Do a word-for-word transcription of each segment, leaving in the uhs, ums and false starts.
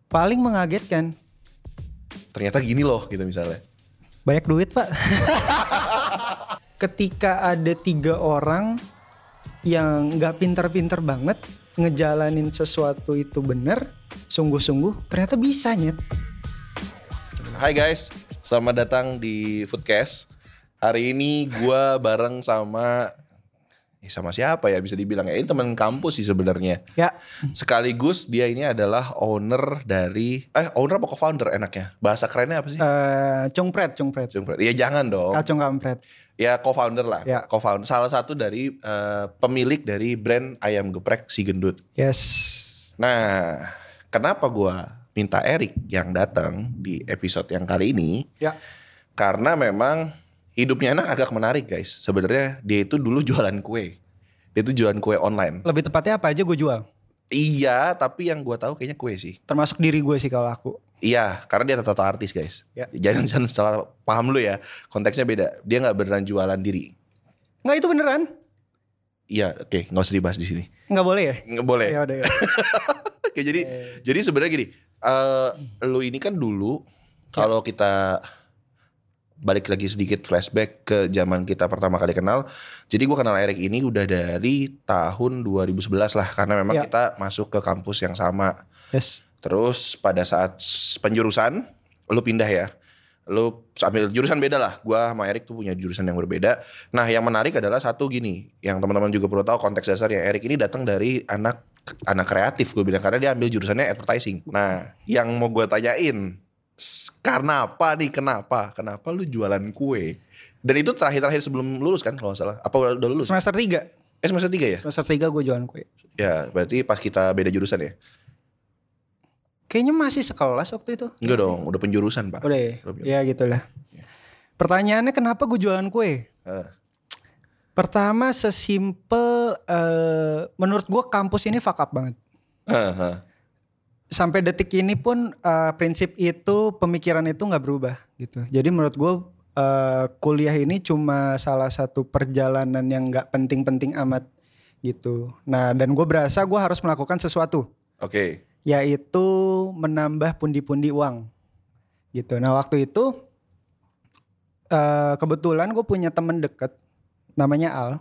Paling mengagetkan. Ternyata gini loh gitu misalnya. Banyak duit pak. Ketika ada tiga orang yang gak pinter-pinter banget ngejalanin sesuatu itu bener, sungguh-sungguh, ternyata bisa nyet. Hai guys, selamat datang di Foodcast. Hari ini gue bareng sama eh, sama siapa ya bisa dibilang ya, ini teman kampus sih sebenarnya. Ya. Sekaligus dia ini adalah owner dari eh owner apa co-founder enaknya? Bahasa kerennya apa sih? Uh, Cungpret, Cungpret. Cungpret. Ya jangan dong. Kacung kampret. Ya co-founder lah. Ya. Co-founder salah satu dari uh, pemilik dari brand ayam geprek Si Gendut. Yes. Nah, kenapa gue minta Erik yang datang di episode yang kali ini? Ya. Karena memang hidupnya anak agak menarik guys. Sebenarnya dia itu dulu jualan kue. Dia itu jualan kue online. Lebih tepatnya apa aja gue jual. Iya, tapi yang gue tahu kayaknya kue sih. Termasuk diri gue sih kalau aku. Iya, karena dia tato artis guys. Ya. Jangan jangan salah paham lu ya. Konteksnya beda. Dia nggak beneran jualan diri. Nggak, itu beneran? Iya, oke, nggak usah dibahas di sini. Nggak boleh ya? Nggak boleh. Ya udah ya. Oke, jadi Eh. jadi sebenarnya gini. Uh, lu ini kan dulu kalau kita balik lagi sedikit flashback ke zaman kita pertama kali kenal. Jadi gue kenal Erik ini udah dari tahun dua ribu sebelas lah. Karena memang Ya. kita masuk ke kampus yang sama. Yes. Terus pada saat penjurusan, lu pindah ya. Lu ambil jurusan beda lah. Gue sama Erik tuh punya jurusan yang berbeda. Nah yang menarik adalah satu gini. Yang teman-teman juga perlu tahu konteks dasarnya. Erik ini datang dari anak anak kreatif gue bilang. Karena dia ambil jurusannya advertising. Nah yang mau gue tanyain, karena apa nih, kenapa? Kenapa lu jualan kue? Dan itu terakhir-terakhir sebelum lulus kan kalau gak salah? Apa udah lulus? Semester tiga. Eh semester tiga ya? Semester tiga gue jualan kue. Ya berarti pas kita beda jurusan ya? Kayaknya masih sekelas waktu itu. Enggak dong, udah penjurusan pak. Udah ya? Udah. Ya gitulah. Pertanyaannya kenapa gue jualan kue? Uh. Pertama sesimpel uh, menurut gue kampus ini fuck up banget. Uh-huh. Sampai detik ini pun uh, prinsip itu, pemikiran itu gak berubah gitu. Jadi menurut gue uh, kuliah ini cuma salah satu perjalanan yang gak penting-penting amat gitu. Nah dan gue berasa gue harus melakukan sesuatu. Oke. Okay. Yaitu menambah pundi-pundi uang gitu. Nah waktu itu uh, kebetulan gue punya temen deket namanya Al.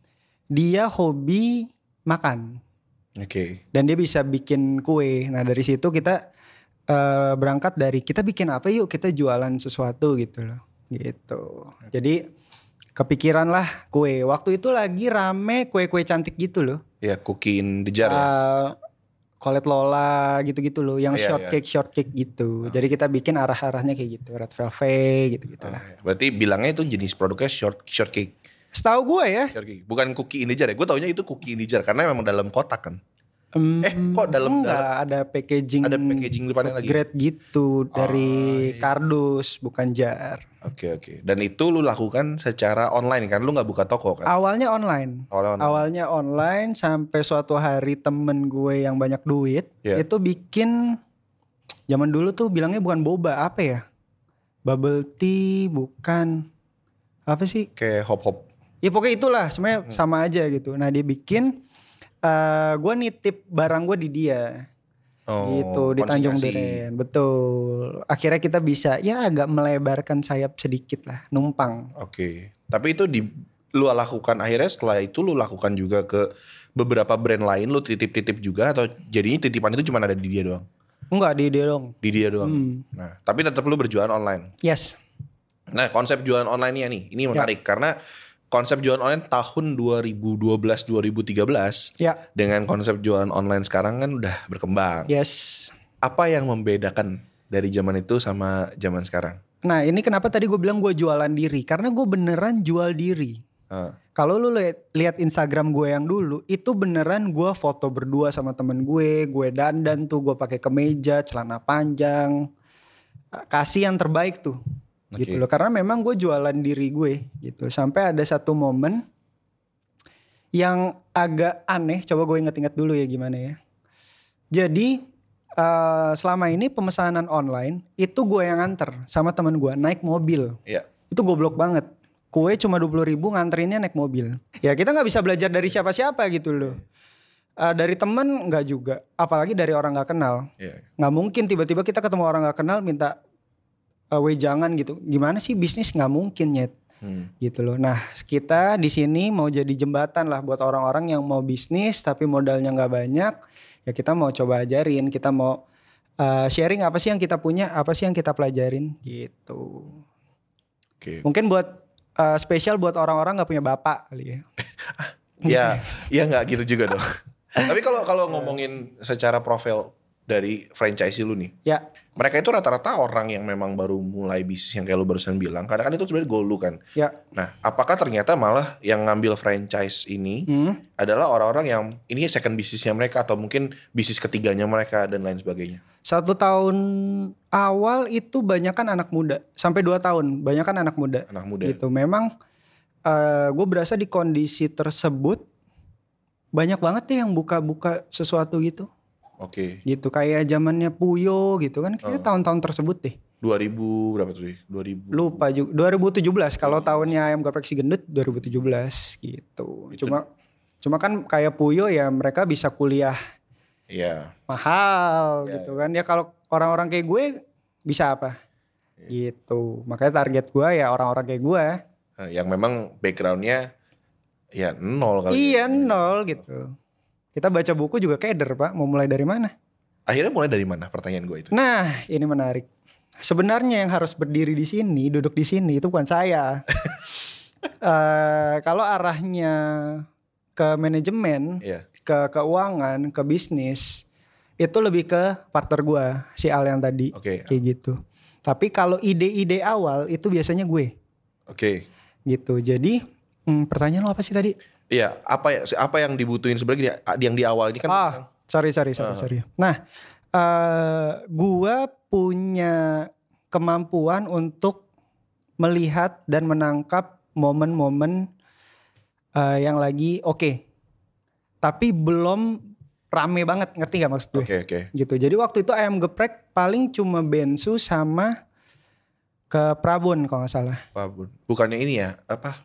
Dia hobi makan. Oke. Okay. Dan dia bisa bikin kue. Nah dari situ kita uh, berangkat dari kita bikin apa yuk, kita jualan sesuatu gitu loh. Gitu. Okay. Jadi kepikiran lah kue. Waktu itu lagi rame kue-kue cantik gitu loh. Ya cookie in the jar uh, ya. Colette Lola gitu-gitu loh, yang oh, iya, shortcake iya. shortcake gitu. Oh. Jadi kita bikin arah-arahnya kayak gitu, red velvet gitu-gitu oh, lah. iya. Berarti bilangnya itu jenis produknya short shortcake. Setahu gue ya. Shortcake. Bukan cookie in the jar ya. Gue taunya itu cookie in the jar karena memang dalam kotak kan. Um, eh kok dalam enggak dalam, ada packaging. Ada packaging depannya lagi. Grade gitu dari oh, iya. kardus bukan jar. Oke oke. Dan itu lu lakukan secara online kan? Lu nggak buka toko kan? Awalnya online. Awalnya online. Awalnya online sampai suatu hari temen gue yang banyak duit yeah. itu bikin, zaman dulu tuh bilangnya bukan boba, apa ya? Bubble tea, bukan apa sih? Kayak hop-hop. Ya pokoknya itulah, sebenarnya hmm. sama aja gitu. Nah dia bikin, uh, gue nitip barang gue di dia. Oh, gitu di Tanjung Duren, betul. Akhirnya kita bisa ya agak melebarkan sayap sedikit lah, numpang. Oke, okay. Tapi itu di lu lakukan akhirnya setelah itu lu lakukan juga ke beberapa brand lain, lu titip-titip juga atau jadinya titipan itu cuma ada di dia doang? Enggak, di dia doang. Di dia doang. Hmm. Nah, tapi tetap lu berjualan online. Yes. Nah, konsep jualan online nih, ini menarik ya. Karena konsep jualan online tahun dua ribu dua belas dua ribu tiga belas ya. Dengan konsep jualan online sekarang kan udah berkembang. Yes. Apa yang membedakan dari zaman itu sama zaman sekarang? Nah ini kenapa tadi gue bilang gue jualan diri. Karena gue beneran jual diri. Uh. Kalau lu liat, liat Instagram gue yang dulu, itu beneran gue foto berdua sama temen gue. Gue dandan tuh, gue pakai kemeja, celana panjang. Kasih yang terbaik tuh. Okay. Gitu loh, karena memang gue jualan diri gue gitu. Sampai ada satu momen yang agak aneh, coba gue inget-inget dulu ya gimana ya. Jadi uh, selama ini pemesanan online itu gue yang nganter sama teman gue naik mobil. Yeah. Itu goblok banget. Kue cuma dua puluh ribu nganterinnya naik mobil. Ya kita gak bisa belajar dari siapa-siapa gitu loh. Uh, dari temen nggak juga, apalagi dari orang nggak kenal. Yeah. Nggak mungkin tiba-tiba kita ketemu orang nggak kenal minta uh, wejangan gitu. Gimana sih bisnis? Nggak mungkin nyet. Hmm. Gitu loh. Nah kita di sini mau jadi jembatan lah buat orang-orang yang mau bisnis tapi modalnya nggak banyak. Ya kita mau coba ajarin, kita mau uh, sharing apa sih yang kita punya, apa sih yang kita pelajarin gitu. Okay. Mungkin buat uh, spesial buat orang-orang nggak punya bapak kali ya. Ya, ya nggak gitu juga dong. Tapi kalau kalau ngomongin secara profil dari franchise lu nih, ya. Mereka itu rata-rata orang yang memang baru mulai bisnis yang kayak lu barusan bilang. Karena kan itu sebenarnya goal lu kan. Ya. Nah, apakah ternyata malah yang ngambil franchise ini hmm. adalah orang-orang yang ini second bisnisnya mereka atau mungkin bisnis ketiganya mereka dan lain sebagainya? Satu tahun awal itu banyak kan anak muda, sampai dua tahun banyak kan anak muda. Anak muda. Gitu. Memang uh, gue berasa di kondisi tersebut. Banyak banget deh yang buka-buka sesuatu gitu. Oke. Okay. Gitu kayak zamannya Puyo gitu kan. Kita uh. tahun-tahun tersebut deh. dua ribu berapa tuh? dua ribu Lupa juga. dua ribu tujuh belas kalau tahunnya Ayam Geprek Si Gendut dua ribu tujuh belas gitu. Itu. Cuma cuma kan kayak Puyo ya mereka bisa kuliah. Iya. Yeah. Mahal yeah. gitu kan. Ya kalau orang-orang kayak gue bisa apa? Yeah. Gitu. Makanya target gue ya orang-orang kayak gue. Yang memang backgroundnya ya nol kali. Iya nol gitu. Kita baca buku juga keder Pak. Mau mulai dari mana? Akhirnya mulai dari mana pertanyaan gue itu? Nah ini menarik. Sebenarnya yang harus berdiri di sini, duduk di sini itu bukan saya. uh, kalau arahnya ke manajemen, yeah. ke keuangan, ke bisnis, itu lebih ke partner gue, si Al yang tadi. Okay. Kayak gitu. Tapi kalau ide-ide awal itu biasanya gue. Oke. Okay. Gitu. Jadi Hmm, pertanyaan lo apa sih tadi? Iya, apa ya apa yang dibutuhin sebenarnya yang di awal ini kan? Ah, sorry sorry sorry uh. sorry. Nah, uh, gua punya kemampuan untuk melihat dan menangkap momen-momen uh, yang lagi oke, okay. Tapi belum rame banget, ngerti gak maksud gue? Oke okay, oke. Okay. Gitu. Jadi waktu itu Ayam Geprek paling cuma Bensu sama ke Prabon kalau nggak salah. Prabon. Bukannya ini ya apa?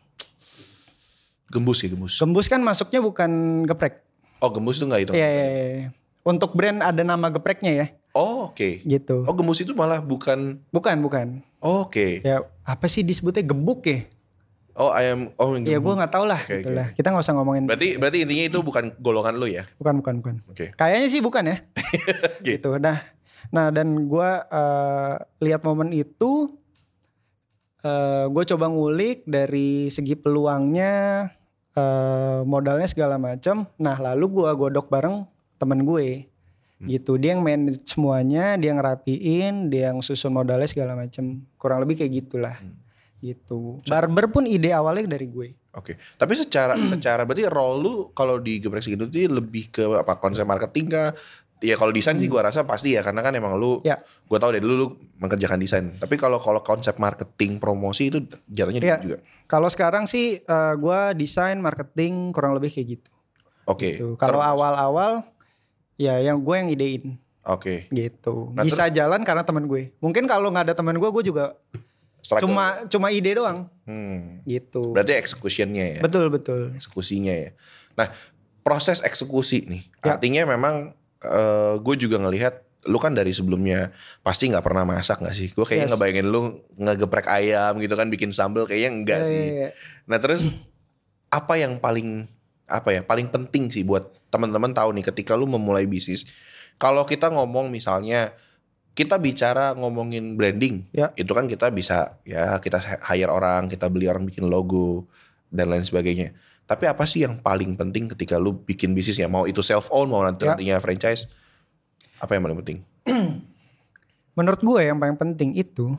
Gembus ya gembus. Gembus kan masuknya bukan geprek. Oh gembus itu nggak itu? Iya, iya, iya. Untuk brand ada nama gepreknya ya. Oh oke. Okay. Gitu. Oh gembus itu malah bukan. Bukan bukan. Oh, oke. Okay. Ya apa sih disebutnya gebuk ya? Oh ayam. Oh gembuk. Ya gue nggak tahu lah. Okay, gitulah. Okay. Kita nggak usah ngomongin. Berarti berarti intinya itu bukan golongan lu ya? Bukan bukan bukan. Oke. Okay. Kayaknya sih bukan ya. Okay. Gitu. Nah nah dan gue uh, lihat momen itu. Uh, gue coba ngulik dari segi peluangnya. Uh, modalnya segala macam. Nah lalu gue godok bareng temen gue hmm. gitu. Dia yang manage semuanya, dia yang ngerapiin, dia yang susun modalnya segala macam. Kurang lebih kayak gitulah hmm. gitu. Barber pun ide awalnya dari gue. Oke, okay. Tapi secara secara berarti role lu kalau di Geprek Si Gendut itu lebih ke apa, konsep marketing kah? Ya kalau desain hmm. sih gue rasa pasti ya, karena kan emang lu, ya. Gue tahu dari dulu lu mengerjakan desain. Tapi kalau kalau konsep marketing promosi itu jatuhnya ya. Juga. Kalau sekarang sih uh, gue desain marketing kurang lebih kayak gitu. Oke. Okay. Gitu. Kalau awal-awal ya yang gue yang idein. Oke. Okay. Gitu. Nah, bisa terus, jalan karena teman gue. Mungkin kalau nggak ada teman gue, gue juga struggle. cuma cuma ide doang. Hmm. Gitu. Berarti executionnya ya. Betul betul. Eksekusinya ya. Nah proses eksekusi nih, ya. Artinya memang Uh, gue juga ngelihat lu kan dari sebelumnya pasti nggak pernah masak nggak sih? Gue kayaknya yes. ngebayangin lu ngegeprek ayam gitu kan, bikin sambal kayaknya enggak yeah, sih. Yeah, yeah. Nah terus apa yang paling apa ya paling penting sih buat teman-teman tahu nih ketika lu memulai bisnis? Kalau kita ngomong misalnya kita bicara ngomongin branding, yeah. itu kan kita bisa ya kita hire orang, kita beli orang bikin logo dan lain sebagainya. Tapi apa sih yang paling penting ketika lu bikin bisnis ya? Mau itu self own, mau nanti ya. nantinya franchise. Apa yang paling penting? Menurut gue yang paling penting itu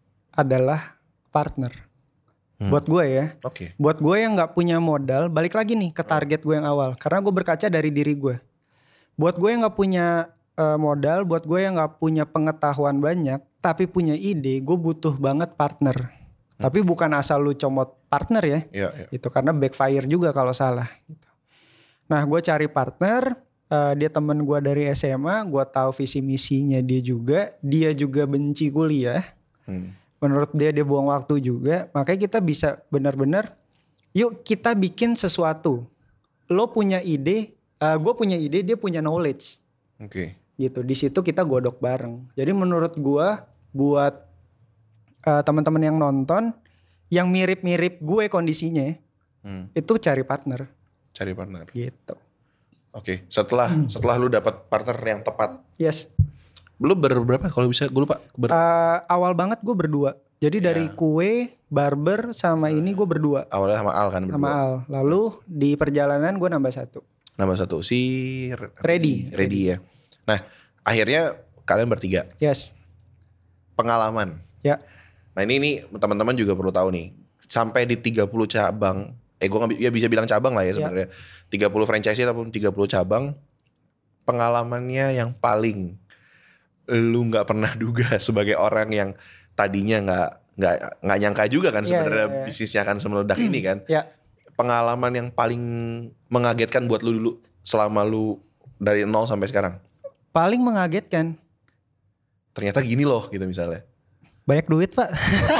adalah partner. Hmm. Buat gue ya. Oke. Okay. Buat gue yang gak punya modal, balik lagi nih ke target gue yang awal. Karena gue berkaca dari diri gue. Buat gue yang gak punya uh, modal, buat gue yang gak punya pengetahuan banyak, tapi punya ide, gue butuh banget partner. Hmm. Tapi bukan asal lu comot partner ya, ya, ya. Itu karena backfire juga kalau salah. Gitu. Nah, gue cari partner, uh, dia temen gue dari S M A, gue tahu visi misinya dia juga, dia juga benci kuliah. Hmm. Menurut dia dia buang waktu juga, makanya kita bisa benar-benar, yuk kita bikin sesuatu. Lo punya ide, uh, gue punya ide, dia punya knowledge. Oke. Okay. Gitu. Di situ kita godok bareng. Jadi menurut gue buat uh, teman-teman yang nonton yang mirip-mirip gue kondisinya, hmm. itu cari partner. Cari partner. Gitu. Oke. Okay. Setelah hmm. setelah lu dapat partner yang tepat. Yes. Lu berberapa kalau bisa? Gue lupa. Ber- uh, awal banget gue berdua. Jadi yeah. dari kue, barber sama ini gue berdua. Awalnya sama Al kan berdua. Sama Al. Lalu di perjalanan gue nambah satu. Nambah satu si Ready. Ready ya. Nah akhirnya kalian bertiga. Yes. Pengalaman. Ya. Nah ini nih teman-teman juga perlu tahu nih. Sampai di tiga puluh cabang. Eh gue ya bisa bilang cabang lah ya sebenarnya. Ya. tiga puluh franchise ataupun tiga puluh cabang. Pengalamannya yang paling lu gak pernah duga sebagai orang yang tadinya nggak nggak nggak nyangka juga kan sebenarnya yeah, yeah, yeah. bisnisnya akan semeledak ini kan. Yeah. Pengalaman yang paling mengagetkan buat lu dulu selama lu dari nol sampai sekarang. Paling mengagetkan. Ternyata gini loh gitu misalnya. Banyak duit pak.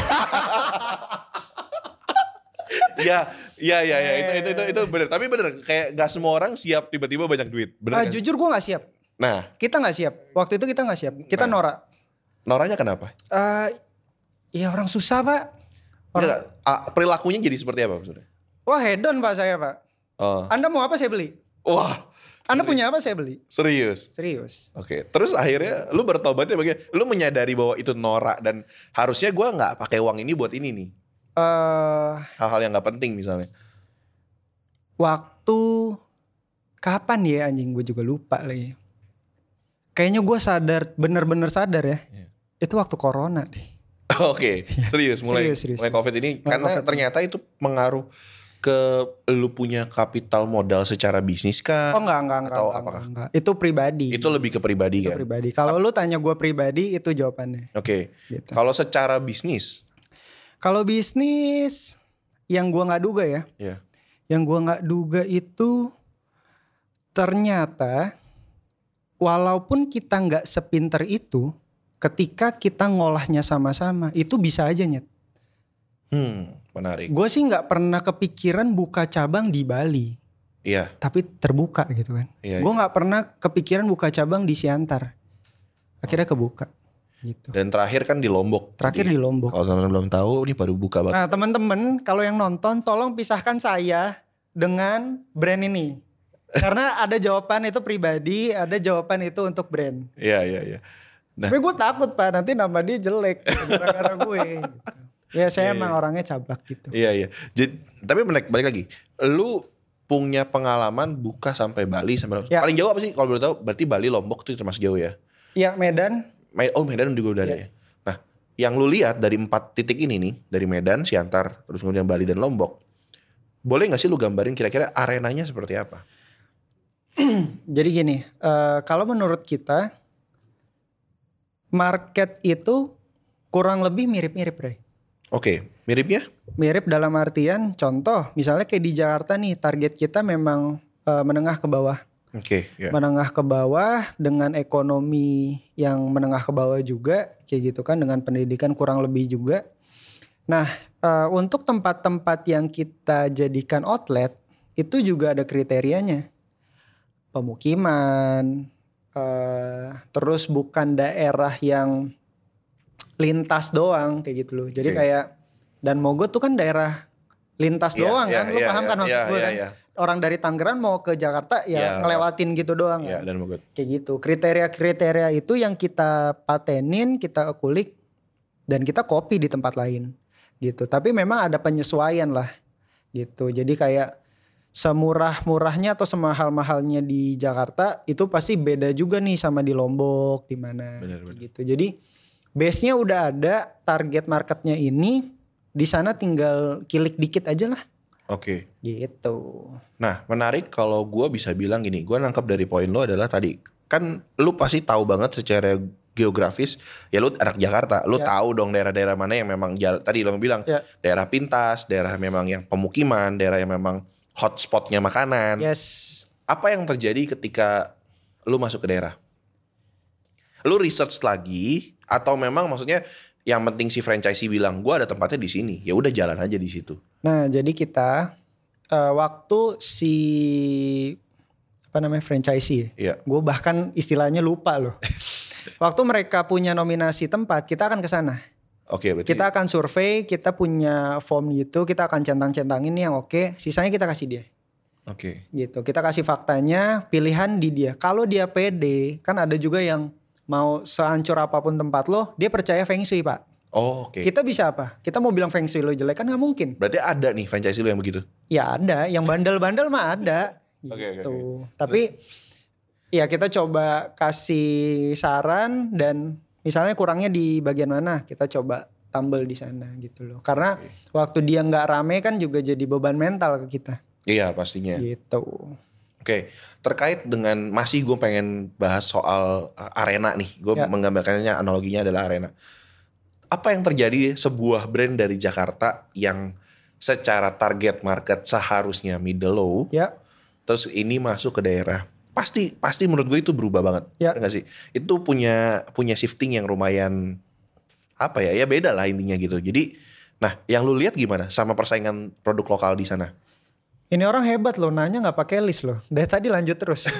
Ya, ya, ya, ya itu itu itu itu benar. Tapi benar kayak gak semua orang siap tiba-tiba banyak duit. Bener uh, kan? Jujur gue nggak siap. Nah, kita nggak siap. Waktu itu kita nggak siap. Kita nah, norak. Noranya kenapa? Uh, Iya orang susah pak. Orang... Nggak, perilakunya jadi seperti apa maksudnya? Wah hedon pak saya pak. Oh. Anda mau apa saya beli? Wah. Anda serius? Punya apa saya beli? Serius? Serius. Oke. Terus akhirnya lu bertobatnya bagaimana? Lu menyadari bahwa itu norak dan harusnya gue nggak pakai uang ini buat ini nih. Uh, Hal-hal yang nggak penting misalnya. Waktu kapan ya anjing gue juga lupa lagi. Kayaknya gue sadar, bener-bener sadar ya. Yeah. Itu waktu corona deh. Oke, okay. serius mulai serius, serius, mulai COVID ini mulai karena COVID. Ternyata itu mengaruh ke lu punya kapital modal secara bisnis kah? Oh enggak enggak enggak. Atau enggak, apakah? Enggak. Itu pribadi. Itu lebih ke pribadi itu kan? Pribadi. Kalau lu tanya gue pribadi itu jawabannya. Oke. Okay. Gitu. Kalau secara bisnis? Kalau bisnis yang gue nggak duga ya. Yeah. Yang gue nggak duga itu ternyata walaupun kita nggak sepinter itu. Ketika kita ngolahnya sama-sama, itu bisa aja nyet. Hmm, menarik. Gue sih nggak pernah kepikiran buka cabang di Bali. Iya. Tapi terbuka gitu kan. Iya, gue iya. nggak pernah kepikiran buka cabang di Siantar. Akhirnya oh. kebuka. Gitu. Dan terakhir kan di Lombok. Terakhir di, di Lombok. Kalau teman-teman belum tahu, ini baru buka banget. Nah teman-teman, kalau yang nonton, tolong pisahkan saya dengan brand ini. Karena ada jawaban itu pribadi, ada jawaban itu untuk brand. Iya, iya, iya. Nah. Tapi gue takut pak nanti nama dia jelek gara-gara gue gitu. Ya saya yeah, emang yeah. orangnya cablak gitu. Iya iya. Jadi tapi balik, balik lagi. Lu punya pengalaman buka sampai Bali sampai yeah. paling jauh apa sih kalau boleh tahu? Berarti Bali Lombok tuh termasuk jauh ya? Iya Medan. Oh Medan juga udah yeah. ada ya. Nah yang lu lihat dari empat titik ini nih dari Medan, Siantar, terus kemudian Bali dan Lombok. Boleh nggak sih lu gambarin kira-kira arenanya seperti apa? Jadi gini, uh, kalau menurut kita market itu kurang lebih mirip-mirip, Ray. Oke, miripnya? Mirip dalam artian contoh, misalnya kayak di Jakarta nih, target kita memang uh, menengah ke bawah. Oke, yeah. Menengah ke bawah dengan ekonomi yang menengah ke bawah juga, kayak gitu kan, dengan pendidikan kurang lebih juga. Nah, uh, untuk tempat-tempat yang kita jadikan outlet, itu juga ada kriterianya. Pemukiman, Uh, terus bukan daerah yang lintas doang kayak gitu loh. Jadi okay. kayak Dan Mogot tuh kan daerah lintas yeah, doang yeah, kan. Lu yeah, paham yeah, kan maksud yeah, gue yeah, kan. Yeah. Orang dari Tangerang mau ke Jakarta ya yeah, ngelewatin gitu doang yeah, kan. Dan Mogot. Kayak gitu. Kriteria-kriteria itu yang kita patenin, kita kulik dan kita copy di tempat lain gitu. Tapi memang ada penyesuaian lah gitu. Jadi kayak semurah-murahnya atau semahal-mahalnya di Jakarta itu pasti beda juga nih sama di Lombok di mana gitu. Jadi base-nya udah ada, target marketnya ini, di sana tinggal kilik dikit aja lah. Oke. Okay. Gitu. Nah menarik kalau gue bisa bilang gini, gue nangkep dari poin lo adalah tadi kan lu pasti tahu banget secara geografis ya lu anak Jakarta, lu ya. Tahu dong daerah-daerah mana yang memang jala, tadi lo bilang ya. Daerah pintas, daerah memang yang pemukiman, daerah yang memang hotspotnya makanan. Yes. Apa yang terjadi ketika lu masuk ke daerah? Lu research lagi atau memang maksudnya yang penting si franchisee bilang gue ada tempatnya di sini, ya udah jalan aja di situ. Nah jadi kita uh, waktu si apa namanya franchisee. Iya. Gue bahkan istilahnya lupa loh. Waktu mereka punya nominasi tempat, kita akan ke sana. Oke, berarti Kita akan survei, kita punya form gitu, kita akan centang-centangin nih yang oke, sisanya kita kasih dia. Oke. Gitu. Kita kasih faktanya, pilihan di dia. Kalau dia pede, kan ada juga yang mau sehancur apapun tempat lo, dia percaya feng shui, Pak. Oh, oke. Kita bisa apa? Kita mau bilang feng shui lo jelek kan nggak mungkin. Berarti ada nih franchise lu yang begitu? Ya ada, yang bandel-bandel mah ada. Gitu. Oke, oke, oke. Tapi ya kita coba kasih saran dan misalnya kurangnya di bagian mana, kita coba tambal di sana gitu loh. Karena Oke. waktu dia nggak rame kan juga jadi beban mental ke kita. Iya pastinya. Gitu. Oke, terkait dengan masih gue pengen bahas soal uh, arena nih. Gue Ya. menggambarkannya analoginya adalah arena. Apa yang terjadi sebuah brand dari Jakarta yang secara target market seharusnya middle low, Ya. terus ini masuk ke daerah, pasti pasti menurut gue itu berubah banget, Ya. bener nggak sih? Itu punya punya shifting yang lumayan apa ya? Ya beda lah intinya gitu. Jadi, nah yang lu lihat gimana sama persaingan produk lokal di sana? Ini orang hebat loh, nanya nggak pakai list loh. Dari tadi lanjut terus.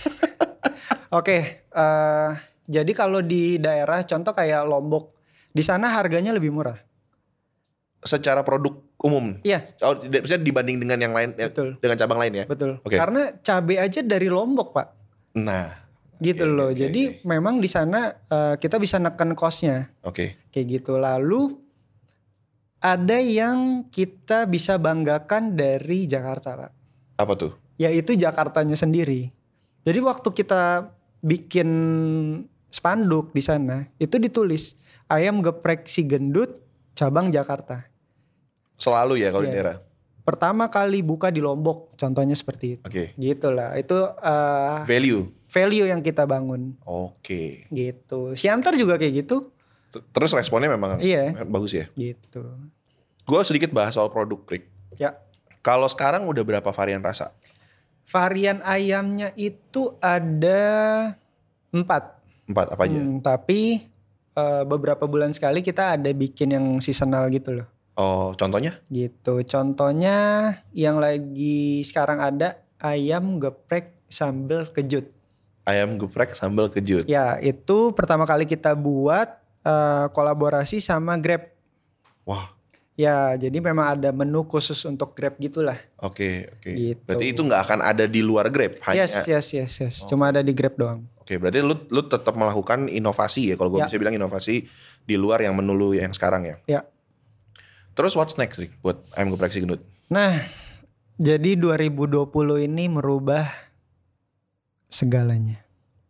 Oke, eh, jadi kalau di daerah contoh kayak Lombok, di sana harganya lebih murah. Secara produk umum? Iya. Oh, bisa dibanding dengan yang lain, ya, Betul. dengan cabang lain ya? Betul. Oke. Karena cabai aja dari Lombok, Pak. Nah, Gitu oke, loh. oke, Jadi oke. memang di sana uh, kita bisa neken cost-nya. Oke. Kayak gitu. Lalu ada yang kita bisa banggakan dari Jakarta, Pak. Apa tuh? Yaitu Jakartanya sendiri. Jadi waktu kita bikin spanduk di sana, itu ditulis ayam geprek si gendut cabang Jakarta. Selalu ya kalau Iya. di daerah? Pertama kali buka di Lombok, contohnya seperti itu. Oke. Gitu lah. Itu uh, Value? value yang kita bangun. Oke. Gitu. Siantar juga kayak gitu. T- Terus responnya memang Iya. bagus ya? Gitu. Gue sedikit bahas soal produk, Rick. Ya. Kalau sekarang udah berapa varian rasa? Varian ayamnya itu ada empat. Empat apa aja? Hmm, tapi uh, beberapa bulan sekali kita ada bikin yang seasonal gitu loh. Oh, contohnya? Gitu. Contohnya yang lagi sekarang ada ayam geprek sambal kejut. Ayam geprek sambal kejut. Ya, itu pertama kali kita buat uh, kolaborasi sama Grab. Wah, Ya, jadi memang ada menu khusus untuk Grab gitulah. oke, oke. Gitu. Berarti itu nggak akan ada di luar Grab? Hanya... Yes, yes, yes, yes. Cuma ada di Grab doang. Oke, berarti lu lu tetap melakukan inovasi ya, kalau gue Ya. bisa bilang inovasi di luar yang menu lu yang sekarang ya. Ya. Terus what's next Rick, buat ayam geprek si gendut? Nah, jadi dua ribu dua puluh ini merubah segalanya.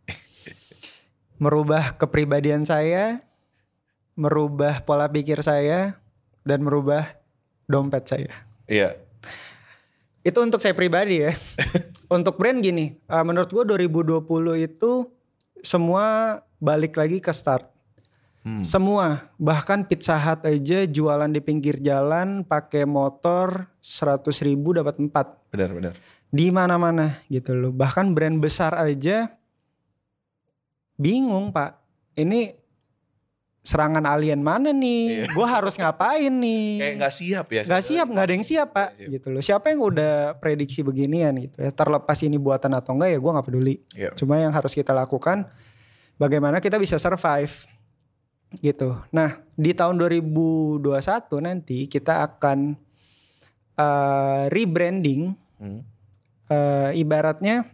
Merubah kepribadian saya, merubah pola pikir saya, dan merubah dompet saya. Iya. Itu untuk saya pribadi ya. Untuk brand gini, uh, menurut gue dua ribu dua puluh itu semua balik lagi ke start. Hmm. Semua, bahkan Pizza Hut aja jualan di pinggir jalan pakai motor seratus ribu dapat empat. Benar, benar. Di mana-mana gitu loh. Bahkan brand besar aja bingung, Pak. Ini serangan alien mana nih? Iya. Gue harus ngapain nih? Kayak nggak siap ya? Gak siap, gak ada yang siap, Pak. Siap. Gitu loh. Siapa yang udah prediksi beginian gitu ya. Terlepas ini buatan atau enggak ya gue gak peduli. Iya. Cuma yang harus kita lakukan bagaimana kita bisa survive gitu. Nah, di tahun dua ribu dua puluh satu nanti kita akan uh, rebranding. Hmm. Uh, ibaratnya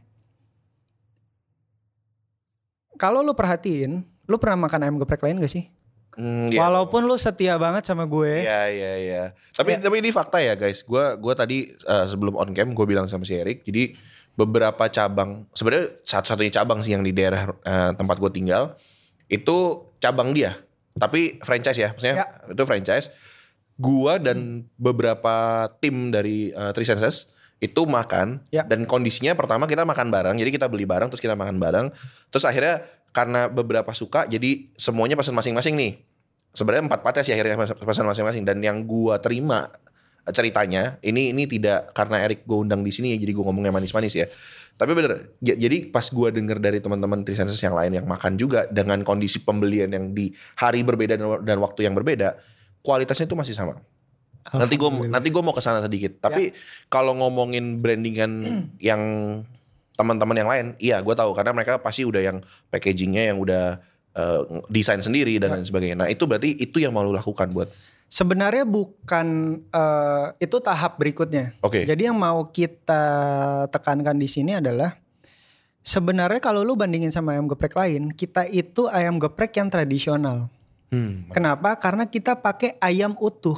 kalau lu perhatiin, lu pernah makan ayam geprek lain gak sih? Hmm, iya. Walaupun lu setia banget sama gue. Iya, iya, iya. Tapi Ya. tapi ini fakta ya guys. Gue gua tadi uh, sebelum on cam gue bilang sama si Erik. Jadi beberapa cabang, sebenarnya satu-satunya cabang sih yang di daerah uh, tempat gue tinggal itu cabang dia. Tapi franchise ya, maksudnya Ya. itu franchise. Gua dan beberapa tim dari uh, Three Senses itu makan. Ya. Dan kondisinya pertama kita makan bareng. Jadi kita beli bareng terus kita makan bareng. Terus akhirnya karena beberapa suka jadi semuanya pesan masing-masing nih. Sebenarnya empat pates ya akhirnya pesan masing-masing. Dan yang gua terima ceritanya ini ini tidak karena Erik gue undang di sini ya, jadi gue ngomongnya manis-manis ya. Tapi bener, j- jadi pas gue denger dari teman-teman Three Senses yang lain yang makan juga dengan kondisi pembelian yang di hari berbeda dan, dan waktu yang berbeda, kualitasnya itu masih sama. Nanti gue Alhamdulillah. nanti gue mau kesana sedikit. Tapi kalau ngomongin brandingan yang teman-teman yang lain, iya gue tahu karena mereka pasti udah yang packagingnya yang udah uh, desain sendiri dan lain sebagainya. Nah itu berarti itu yang mau lu lakukan buat? Sebenarnya bukan uh, itu tahap berikutnya. Oke. Okay. Jadi yang mau kita tekankan di sini adalah sebenarnya kalau lu bandingin sama ayam geprek lain, kita itu ayam geprek yang tradisional. Hmm. Kenapa? Karena kita pakai ayam utuh.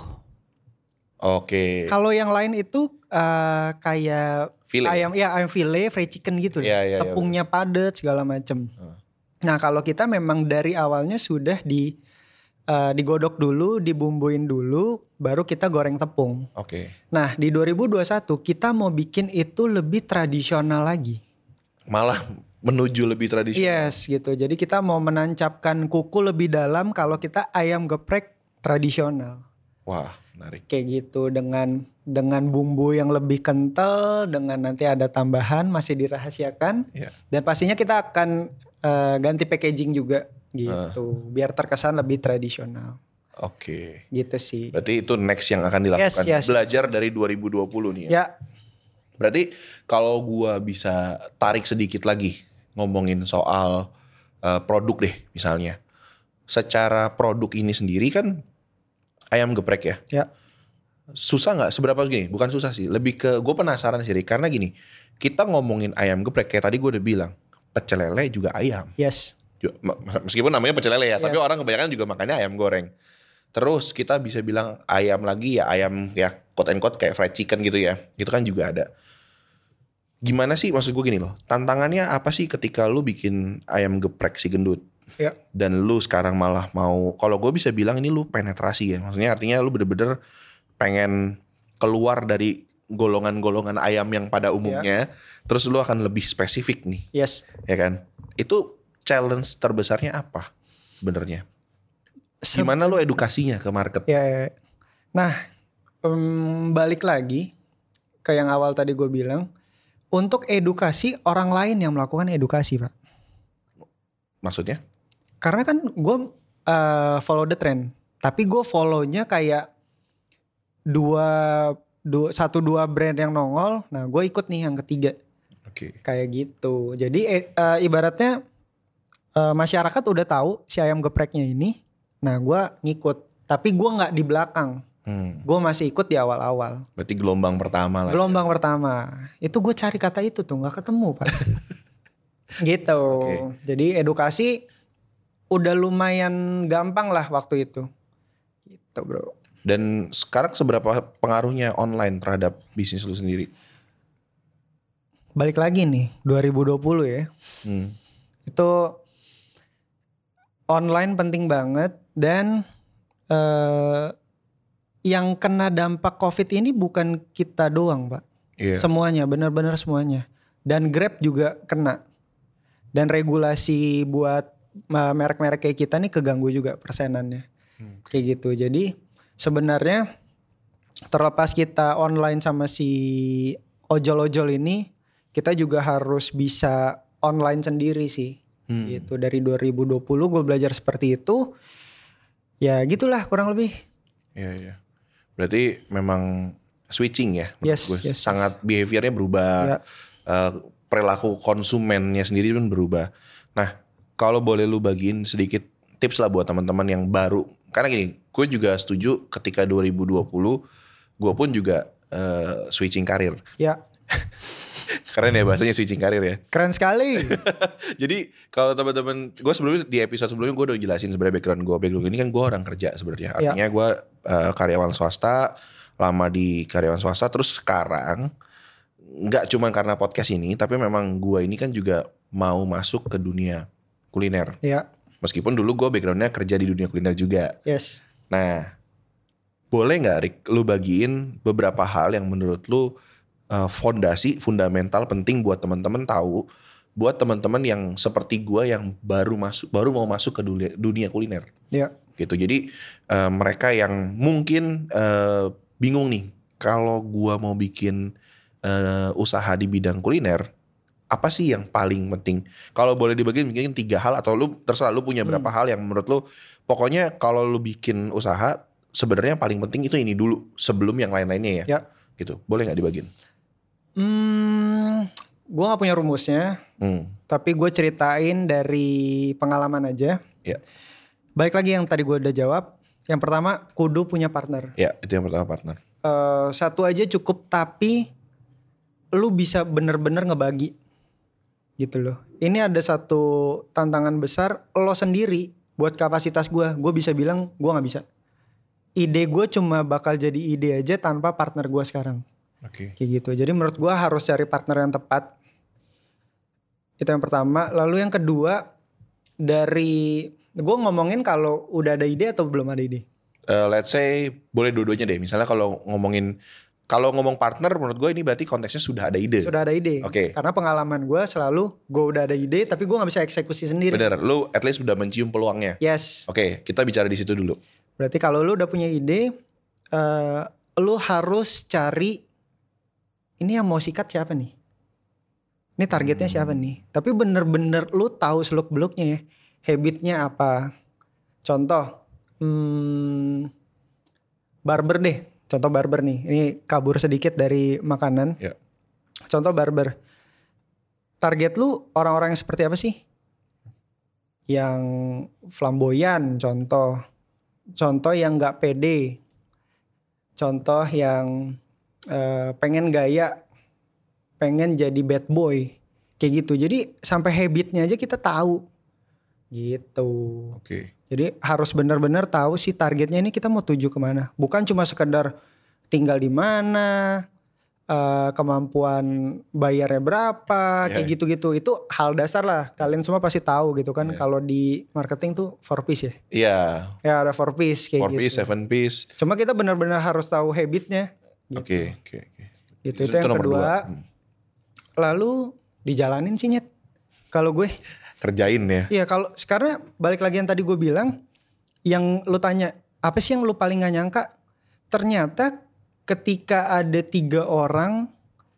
Oke. Okay. Kalau yang lain itu uh, kayak file. ayam ya ayam file, fried chicken gitu, yeah, yeah, tepungnya yeah, padat segala macem. Uh. Nah kalau kita memang dari awalnya sudah di uh, digodok dulu, dibumbuin dulu, baru kita goreng tepung. Oke. Okay. Nah di dua ribu dua puluh satu kita mau bikin itu lebih tradisional lagi. Malah menuju lebih tradisional. Yes gitu. Jadi kita mau menancapkan kuku lebih dalam kalau kita ayam geprek tradisional. Wah, menarik. Kayak gitu dengan dengan bumbu yang lebih kental, dengan nanti ada tambahan masih dirahasiakan. Yeah. Dan pastinya kita akan uh, ganti packaging juga gitu, uh. biar terkesan lebih tradisional. Oke. Okay. Gitu sih. Berarti itu next yang akan dilakukan. Yes, yes, Belajar yes. dari dua ribu dua puluh nih ya. Ya. Berarti kalau gua bisa tarik sedikit lagi ngomongin soal uh, produk deh misalnya. Secara produk ini sendiri kan ayam geprek ya. Ya. Susah nggak? Seberapa gini? Bukan susah sih. Lebih ke gue penasaran sih. Karena gini, kita ngomongin ayam geprek kayak tadi gue udah bilang, pecel lele juga ayam. Yes. Meskipun namanya pecel lele ya, yes. Tapi orang kebanyakan juga makannya ayam goreng. Terus kita bisa bilang ayam lagi ya ayam ya quote and quote kayak fried chicken gitu ya. Itu kan juga ada. Gimana sih maksud gue gini loh. Tantangannya apa sih ketika lu bikin ayam geprek si gendut? Ya. Dan lu sekarang malah mau, kalau gue bisa bilang ini lu penetrasi ya. Maksudnya artinya lu bener-bener pengen keluar dari golongan-golongan ayam yang pada umumnya. Ya. Terus lu akan lebih spesifik nih. Yes. Ya kan? Itu challenge terbesarnya apa sebenarnya? Gimana lu edukasinya ke market? Ya, ya. Nah um, balik lagi ke yang awal tadi gue bilang. Untuk edukasi orang lain yang melakukan edukasi Pak. Maksudnya? Karena kan gue uh, follow the trend. Tapi gue follownya kayak dua, dua, satu dua brand yang nongol. Nah gue ikut nih yang ketiga. Oke. Okay. Kayak gitu. Jadi uh, ibaratnya uh, masyarakat udah tahu si ayam gepreknya ini. Nah gue ngikut. Tapi gue gak di belakang. Hmm. Gue masih ikut di awal-awal. Berarti gelombang pertama lah. Gelombang ya? pertama. Itu gue cari kata itu tuh gak ketemu Pak. Gitu. Okay. Jadi edukasi udah lumayan gampang lah waktu itu. Gitu bro. Dan sekarang seberapa pengaruhnya online terhadap bisnis lu sendiri? Balik lagi nih dua ribu dua puluh ya. Hmm. Itu online penting banget. Dan uh, yang kena dampak COVID ini bukan kita doang Pak. Yeah. Semuanya, benar-benar semuanya. Dan Grab juga kena. Dan regulasi buat merek-merek kayak kita nih keganggu juga persenannya. Hmm. Kayak gitu. Jadi sebenarnya terlepas kita online sama si ojol-ojol ini, kita juga harus bisa online sendiri sih. Hmm. Gitu. Dari dua ribu dua puluh gue belajar seperti itu. Ya gitulah kurang lebih. Iya, iya. Berarti memang switching ya, yes, gue. Yes, sangat yes. Behaviornya berubah, ya. uh, perilaku konsumennya sendiri pun berubah. Nah, kalau boleh lu bagiin sedikit tips lah buat teman-teman yang baru. Karena gini, gue juga setuju ketika dua ribu dua puluh, gue pun juga uh, switching karir. Ya. Keren ya bahasanya switching karir ya. Keren sekali. Jadi kalau teman-teman, gue sebelumnya di episode sebelumnya gue udah jelasin sebenarnya background gue. Background ini kan gue orang kerja sebenarnya. Artinya ya. gue uh, karyawan swasta, lama di karyawan swasta. Terus sekarang nggak cuma karena podcast ini, tapi memang gue ini kan juga mau masuk ke dunia kuliner. Ya. Meskipun dulu gue backgroundnya kerja di dunia kuliner juga. Yes. Nah, boleh nggak Rick, lu bagiin beberapa hal yang menurut lu Uh, fondasi fundamental penting buat teman-teman tahu, buat teman-teman yang seperti gue yang baru masuk baru mau masuk ke dunia, dunia kuliner. Ya. Gitu. Jadi uh, mereka yang mungkin uh, bingung nih, kalau gue mau bikin uh, usaha di bidang kuliner, apa sih yang paling penting? Kalau boleh dibagi mungkin tiga hal atau lu terserah lu punya berapa hmm. hal yang menurut lu, pokoknya kalau lu bikin usaha sebenarnya paling penting itu ini dulu sebelum yang lain-lainnya ya. Ya. Gitu. Boleh nggak dibagiin? Hmm, gue gak punya rumusnya, hmm. tapi gue ceritain dari pengalaman aja. Ya. Balik lagi yang tadi gue udah jawab. Yang pertama, kudu punya partner. Ya, itu yang pertama, partner. Uh, satu aja cukup, tapi lu bisa bener-bener ngebagi. Gitu loh. Ini ada satu tantangan besar, lo sendiri buat kapasitas gue. Gue bisa bilang gue gak bisa. Ide gue cuma bakal jadi ide aja tanpa partner gue sekarang. Oke. Okay. Kayak gitu. Jadi menurut gue harus cari partner yang tepat. Itu yang pertama. Lalu yang kedua, dari gue ngomongin kalau udah ada ide atau belum ada ide. Uh, let's say boleh dua-duanya deh. Misalnya kalau ngomongin, kalau ngomong partner, menurut gue ini berarti konteksnya sudah ada ide. Sudah ada ide. Oke. Okay. Karena pengalaman gue selalu gue udah ada ide, tapi gue nggak bisa eksekusi sendiri. Bener. Lu at least udah mencium peluangnya. Yes. Oke. Okay, kita bicara di situ dulu. Berarti kalau lu udah punya ide, uh, lu harus cari. Ini yang mau sikat siapa nih? Ini targetnya hmm. siapa nih? Tapi bener-bener lu tahu seluk-beluknya ya. Habitnya apa? Contoh, hmm, barber deh. Contoh barber nih. Ini kabur sedikit dari makanan. Ya. Contoh barber. Target lu orang-orang yang seperti apa sih? Yang flamboyan, contoh. Contoh yang gak pede. Contoh yang Uh, pengen gaya, pengen jadi bad boy, kayak gitu. Jadi sampai habitnya aja kita tahu, gitu. Oke. Okay. Jadi harus benar-benar tahu sih targetnya ini kita mau tuju kemana. Bukan cuma sekedar tinggal di mana, uh, kemampuan bayarnya berapa, yeah. kayak gitu-gitu. Itu hal dasar lah. Kalian semua pasti tahu gitu kan. Yeah. Kalau di marketing tuh four piece ya. Iya. Yeah. Ya ada four piece kayak four gitu. Four piece, seven piece. Cuma kita benar-benar harus tahu habitnya. Oke, oke, oke. Gitu, itu, itu yang kedua. Hmm. Lalu dijalanin sih Nyet. Kalau gue kerjain ya. Iya, kalau karena balik lagi yang tadi gue bilang, yang lu tanya apa sih yang lu paling gak nyangka? Ternyata ketika ada tiga orang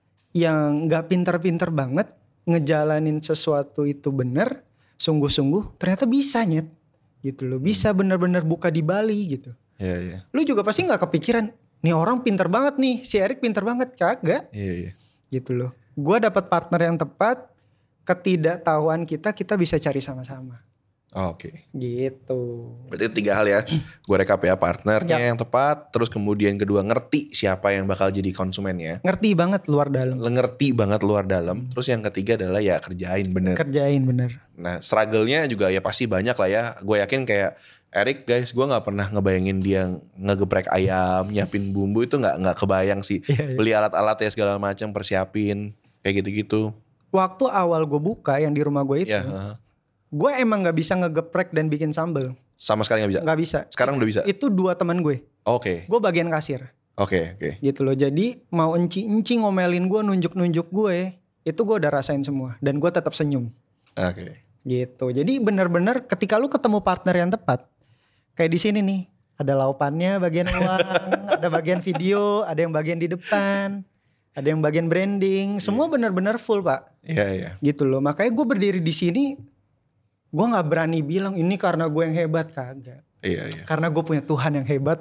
yang gak pinter-pinter banget ngejalanin sesuatu itu bener, sungguh-sungguh, ternyata bisa Nyet. Gitu loh, bisa hmm. bener-bener buka di Bali gitu. Iya, iya. Lu juga pasti gak kepikiran, nih orang pinter banget nih, si Erik pinter banget, kagak. Iya, iya. Gitu loh. Gue dapat partner yang tepat, ketidaktahuan kita kita bisa cari sama-sama. Oh, oke. Okay. Gitu. Berarti tiga hal ya. Gue rekap ya, partnernya ya. Yang tepat, terus kemudian kedua ngerti siapa yang bakal jadi konsumennya. Ngerti banget luar dalam. Ngerti banget luar dalam. Terus yang ketiga adalah ya kerjain bener. Kerjain bener. Nah, struggle-nya juga ya pasti banyak lah ya. Gue yakin kayak Erik guys, gue nggak pernah ngebayangin dia ngegeprek ayam, nyiapin bumbu, itu nggak nggak kebayang sih. Yeah, yeah. Beli alat-alat ya segala macam, persiapin kayak gitu-gitu. Waktu awal gue buka yang di rumah gue itu, yeah, uh-huh. gue emang nggak bisa ngegeprek dan bikin sambal. Sama sekali nggak bisa. Nggak bisa. Sekarang udah bisa. Itu dua teman gue. Oke. Okay. Gue bagian kasir. Oke, okay, oke. Okay. Gitu loh. Jadi mau enci-enci ngomelin gue, nunjuk-nunjuk gue, itu gue udah rasain semua dan gue tetap senyum. Oke. Okay. Gitu. Jadi benar-benar ketika lu ketemu partner yang tepat. Kayak di sini nih, ada laupannya bagian uang, ada bagian video, ada yang bagian di depan, ada yang bagian branding, semua yeah. benar-benar full Pak. Iya yeah, iya. Yeah. Gitu loh, makanya gue berdiri di sini, gue nggak berani bilang ini karena gue yang hebat, kagak. Iya yeah, iya. Yeah. Karena gue punya Tuhan yang hebat.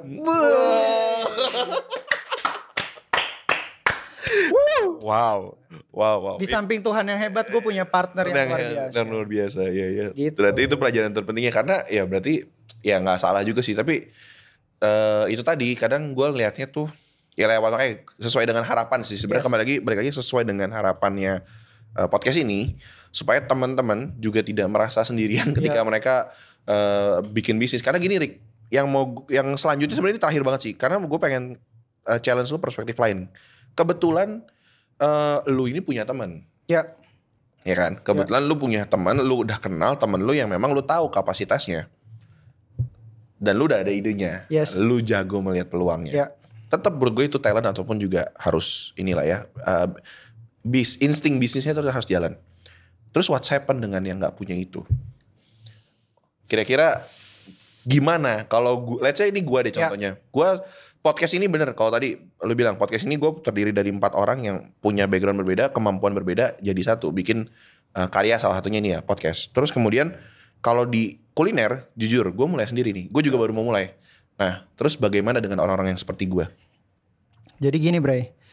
Wow, wow, wow. Di samping Tuhan yang hebat, gue punya partner yang, yang luar biasa. Dan luar biasa, ya ya. Gitu. Berarti itu pelajaran terpentingnya karena ya berarti ya nggak salah juga sih. Tapi uh, itu tadi kadang gue liatnya tuh ya lewat kayak sesuai dengan harapan sih. Sebenarnya yes. kembali lagi balik lagi sesuai dengan harapannya uh, podcast ini supaya teman-teman juga tidak merasa sendirian ketika yeah. mereka uh, bikin bisnis. Karena gini Rick, yang mau yang selanjutnya sebenarnya ini terakhir banget sih. Karena gue pengen uh, challenge lu perspektif lain. Kebetulan Uh, lu ini punya teman, ya, ya kan. Kebetulan ya. Lu punya teman, lu udah kenal teman lu yang memang lu tahu kapasitasnya, dan lu udah ada idenya, yes. lu jago melihat peluangnya. Ya. Tetap menurut gue itu talent ataupun juga harus inilah ya, uh, bis insting bisnisnya itu harus jalan. Terus what's happen dengan yang nggak punya itu? Kira-kira gimana kalau gue, let's say ini gue deh contohnya, ya. gue podcast ini bener, kalau tadi lu bilang podcast ini gue terdiri dari empat orang yang punya background berbeda, kemampuan berbeda, jadi satu, bikin uh, karya salah satunya ini ya, podcast. Terus kemudian kalau di kuliner, jujur gue mulai sendiri nih, gue juga baru mau mulai. Nah terus bagaimana dengan orang-orang yang seperti gue? Jadi gini Bray,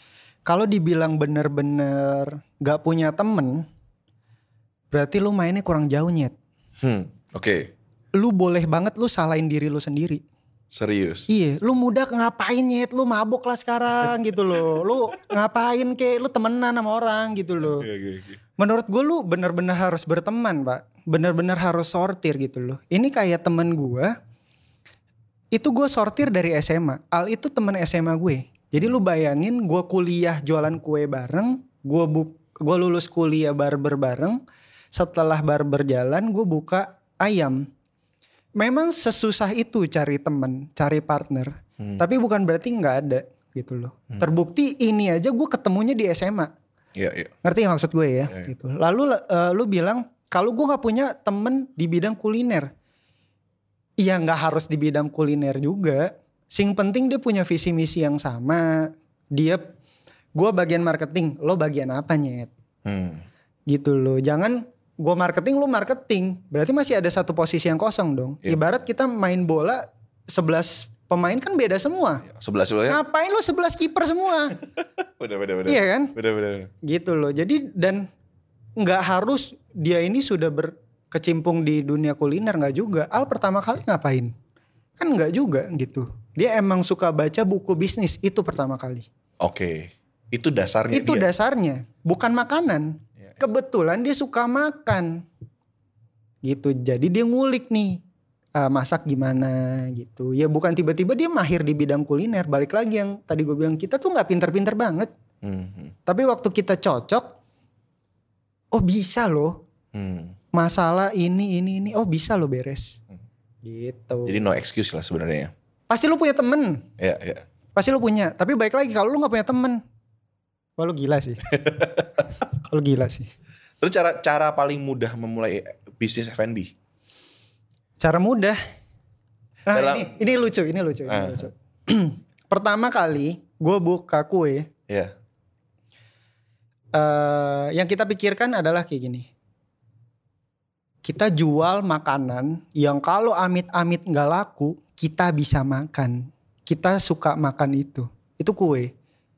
Kalau dibilang bener-bener gak punya temen, berarti lu mainnya kurang jauh Nyet. Hmm, oke. Okay. Lu boleh banget lu salahin diri lu sendiri. Serius? Iya, lu muda ngapain Nyet, lu mabok lah sekarang gitu loh. Lu ngapain kek, lu temenan sama orang gitu loh. Okay, okay, okay. Menurut gue lu bener-bener harus berteman Pak. Bener-bener harus sortir gitu loh. Ini kayak temen gue, itu gue sortir dari S M A. Al itu temen S M A gue. Jadi lu bayangin gue kuliah jualan kue bareng, gue bu- gue lulus kuliah barber bareng. Setelah barber jalan, gue buka ayam. Memang sesusah itu cari temen, cari partner. Hmm. Tapi bukan berarti gak ada gitu loh. Hmm. Terbukti ini aja gue ketemunya di S M A. Iya, iya. Ngerti maksud gue ya? Ya, ya. Gitu. Lalu uh, lu bilang, kalau gue gak punya temen di bidang kuliner. Iya gak harus di bidang kuliner juga. Sing penting dia punya visi misi yang sama. Dia, gue bagian marketing, lo bagian apa Nyet? Hmm. Gitu loh, jangan... Gue marketing, lu marketing. Berarti masih ada satu posisi yang kosong dong. Yep. Ibarat kita main bola, sebelas pemain kan beda semua. sebelas sebenarnya. Ngapain lu sebelas kiper semua? Bener, bener, bener. Iya kan? Bener, bener. Gitu loh. Jadi dan gak harus dia ini sudah berkecimpung di dunia kuliner, gak juga. Al pertama kali ngapain? Kan gak juga gitu. Dia emang suka baca buku bisnis, itu pertama kali. Oke, itu dasarnya Itu dia. dasarnya, bukan makanan. Kebetulan dia suka makan gitu, jadi dia ngulik nih uh, masak gimana gitu. Ya bukan tiba-tiba dia mahir di bidang kuliner. Balik lagi yang tadi gue bilang, kita tuh gak pinter-pinter banget. hmm. Tapi waktu kita cocok, oh bisa loh. hmm. Masalah ini ini ini oh bisa loh beres. hmm. Gitu. Jadi no excuse lah sebenarnya. Pasti lu punya temen. Iya, iya. Pasti lu punya. Tapi balik lagi, kalau lu gak punya temen, wah lu gila sih. Lu gila sih. Terus cara cara paling mudah memulai bisnis F and B? Cara mudah. Nah Dalam, ini, ini lucu, ini lucu, ini uh. lucu. Pertama kali gue buka kue. Iya. Yeah. Uh, yang kita pikirkan adalah kayak gini. Kita jual makanan yang kalau amit-amit gak laku, kita bisa makan. Kita suka makan itu. Itu kue.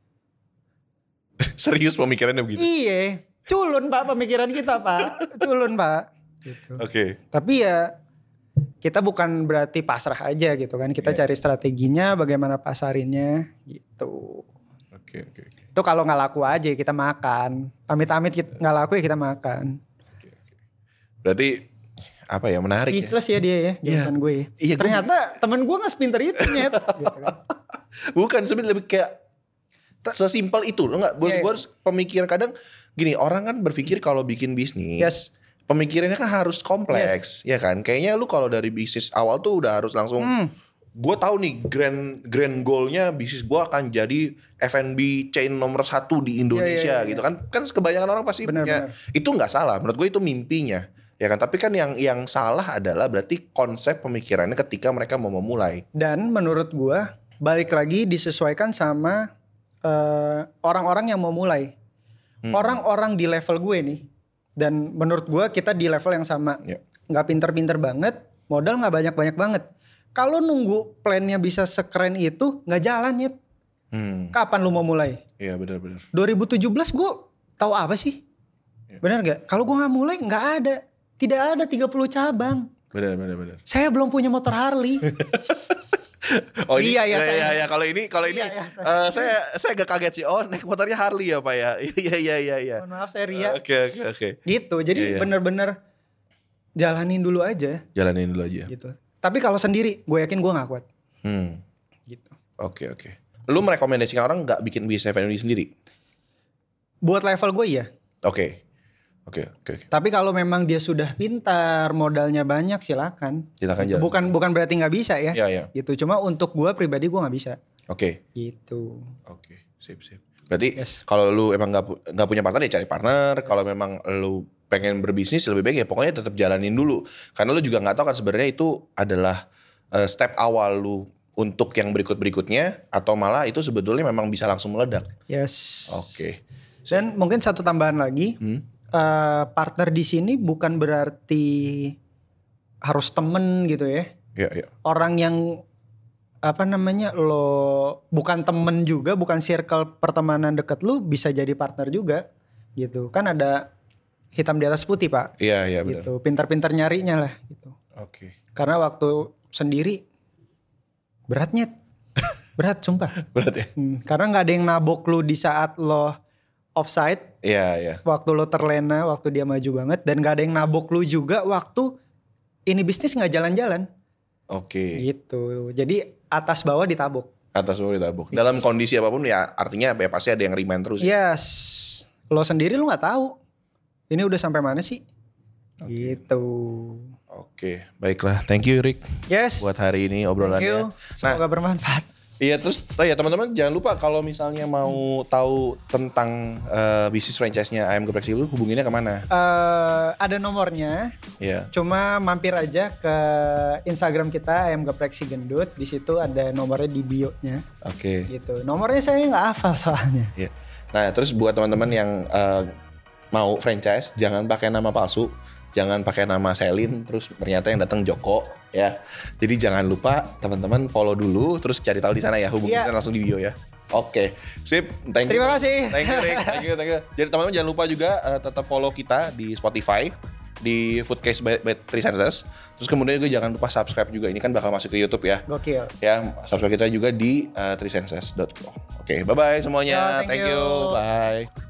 Serius pemikirannya begitu? Iya, culun Pak pemikiran kita Pak, culun Pak. Gitu. Oke. Okay. Tapi ya kita bukan berarti pasrah aja gitu kan, kita yeah. cari strateginya, bagaimana pasarinnya gitu. Oke okay, oke. Okay, okay. Itu kalau nggak laku aja kita makan, amit-amit nggak laku ya kita makan. Oke okay, oke. Okay. Berarti apa ya menarik? Speechless ya, ya dia ya, jawaban yeah. gue. Iya, ternyata gue... temen gue nggak sepinter itu Nyet. Gitu kan. Bukan, sebenarnya lebih kayak sesimpel itu. Lo nggak, yeah, gue harus pemikiran kadang gini, orang kan berpikir kalau bikin bisnis, yes. pemikirannya kan harus kompleks, yes. ya kan? Kayaknya lu kalau dari bisnis awal tuh udah harus langsung, hmm. gue tahu nih grand grand goalnya bisnis gue akan jadi F and B chain nomor satu di Indonesia, yeah, yeah, yeah, gitu kan? Kan kebanyakan orang pasti bener, punya, bener. Itu nggak salah. Menurut gue itu mimpinya, ya kan? Tapi kan yang yang salah adalah berarti konsep pemikirannya ketika mereka mau memulai. Dan menurut gue balik lagi disesuaikan sama uh, orang-orang yang mau mulai. Hmm. Orang-orang di level gue nih, dan menurut gue kita di level yang sama, yeah. Gak pinter-pinter banget, modal gak banyak-banyak banget. Kalau nunggu plannya bisa sekeren itu, gak jalan Nyet. Hmm. Kapan lu mau mulai? Iya benar-benar. dua ribu tujuh belas gue tahu apa sih? Yeah. Benar gak? Kalau gue gak mulai gak ada, tidak ada tiga puluh cabang. Benar-benar. Saya belum punya motor Harley. Oh ini, iya ya, ya, ya, ya kalau ini kalau ini iya, ya, saya. Uh, saya saya agak kaget sih. Oh naik motornya Harley ya Pak ya. Iya iya iya iya. Mohon maaf saya Ria. Oke oke oke. Gitu. Jadi yeah, yeah. bener-bener jalanin dulu aja. Jalanin dulu aja. Gitu. Tapi kalau sendiri, gue yakin gue nggak kuat. Hmm. Gitu. Oke oke. Lu merekomendasikan orang nggak bikin bisnis F and B sendiri? Buat level gue ya. Oke. Okay. Oke, okay, oke. Okay. Tapi kalau memang dia sudah pintar, modalnya banyak, silakan. Silakan gitu. jalan. Bukan bukan berarti nggak bisa ya. Iya, iya. Gitu. Cuma untuk gue pribadi gue nggak bisa. Oke. Okay. Gitu. Oke, okay. sip sip. Berarti yes. kalau lu emang nggak nggak punya partner ya cari partner. Yes. Kalau memang lu pengen berbisnis lebih baik ya pokoknya tetap jalanin dulu. Karena lu juga nggak tahu kan sebenarnya itu adalah uh, step awal lu untuk yang berikut-berikutnya atau malah itu sebetulnya memang bisa langsung meledak. Yes. Oke. Okay. Dan mungkin satu tambahan lagi. Hmm? Uh, partner di sini bukan berarti harus temen gitu ya. Iya, iya. Orang yang apa namanya lo bukan temen juga, bukan circle pertemanan deket lu, bisa jadi partner juga gitu. Kan ada hitam di atas putih Pak. Iya iya benar. Gitu. Pintar-pintar nyarinya lah gitu. Oke. Okay. Karena waktu sendiri beratnya berat sumpah. Berat ya. Hmm, karena nggak ada yang nabok lu di saat lo offside. Iya iya. Waktu lo terlena, waktu dia maju banget, dan nggak ada yang nabok lu juga waktu ini bisnis nggak jalan-jalan. Oke. Okay. Gitu. Jadi atas bawah ditabuk. Atas bawah ditabuk. Yes. Dalam kondisi apapun ya artinya ya pasti ada yang remind terus. Yes. Lo sendiri lo nggak tahu. Ini udah sampai mana sih? Okay. Gitu. Oke, baiklah. Thank you Rick. Yes. Buat hari ini obrolannya. Thank you. Semoga nah, bermanfaat. Iya terus, oh ya teman-teman jangan lupa kalau misalnya mau tahu tentang uh, bisnis franchise-nya Ayam Geprek Si Gendut, hubunginnya kemana? Uh, ada nomornya. Iya. Yeah. Cuma mampir aja ke Instagram kita Ayam Geprek Si Gendut. Di situ ada nomornya di bio-nya. Oke. Okay. Gitu. Nomornya saya nggak hafal soalnya. Iya. Yeah. Nah terus buat teman-teman yang uh, mau franchise, jangan pakai nama palsu. Jangan pakai nama Selin, terus ternyata yang datang Joko ya. Jadi jangan lupa teman-teman follow dulu, terus cari tahu di sana ya, hubungi yeah. kita langsung di bio ya. Oke, sip. Thank you. Terima kasih. Thank you, Rick. Thank you, thank you. Jadi teman-teman jangan lupa juga uh, tetap follow kita di Spotify, di Foodcast by, by Three Senses. Terus kemudian juga jangan lupa subscribe juga. Ini kan bakal masuk ke YouTube ya. Gokil. Ya, subscribe kita juga di uh, three senses dot com. Oke, bye-bye semuanya. Yo, thank, thank you. you. Bye.